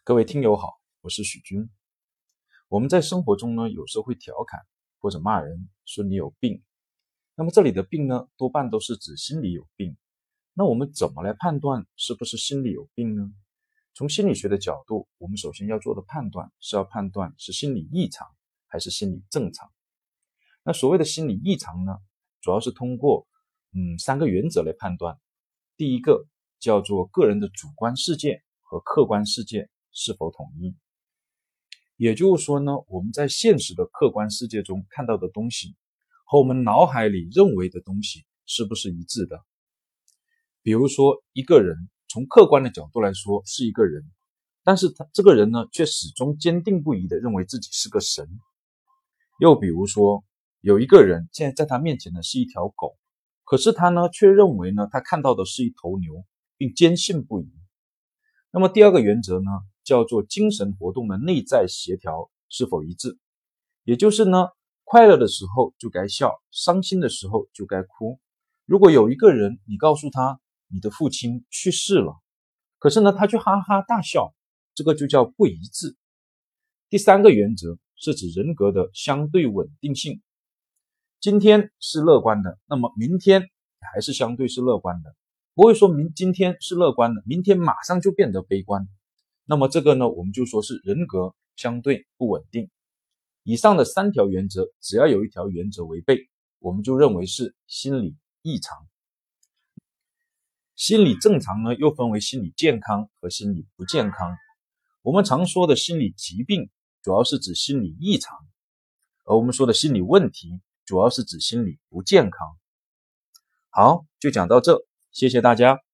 各位听友好，我是许军。我们在生活中呢，有时候会调侃或者骂人，说你有病。那么这里的病呢，多半都是指心理有病。那我们怎么来判断是不是心理有病呢？从心理学的角度，我们首先要做的判断是要判断是心理异常还是心理正常。那所谓的心理异常呢，主要是通过3个原则来判断。第一个叫做个人的主观世界和客观世界是否统一。也就是说呢，我们在现实的客观世界中看到的东西和我们脑海里认为的东西是不是一致的。比如说一个人从客观的角度来说是一个人，但是他这个人呢却始终坚定不移地认为自己是个神。又比如说有一个人现在在他面前呢是一条狗，可是他呢却认为呢他看到的是一头牛，并坚信不疑。那么第二个原则呢，叫做精神活动的内在协调是否一致。也就是呢，快乐的时候就该笑，伤心的时候就该哭。如果有一个人你告诉他你的父亲去世了，可是呢他却哈哈大笑，这个就叫不一致。第三个原则是指人格的相对稳定性。今天是乐观的，那么明天还是相对是乐观的，不会说今天是乐观的，明天马上就变得悲观。那么这个呢，我们就说是人格相对不稳定。以上的3条原则，只要有一条原则违背，我们就认为是心理异常。心理正常呢，又分为心理健康和心理不健康。我们常说的心理疾病，主要是指心理异常，而我们说的心理问题，主要是指心理不健康。好，就讲到这，谢谢大家。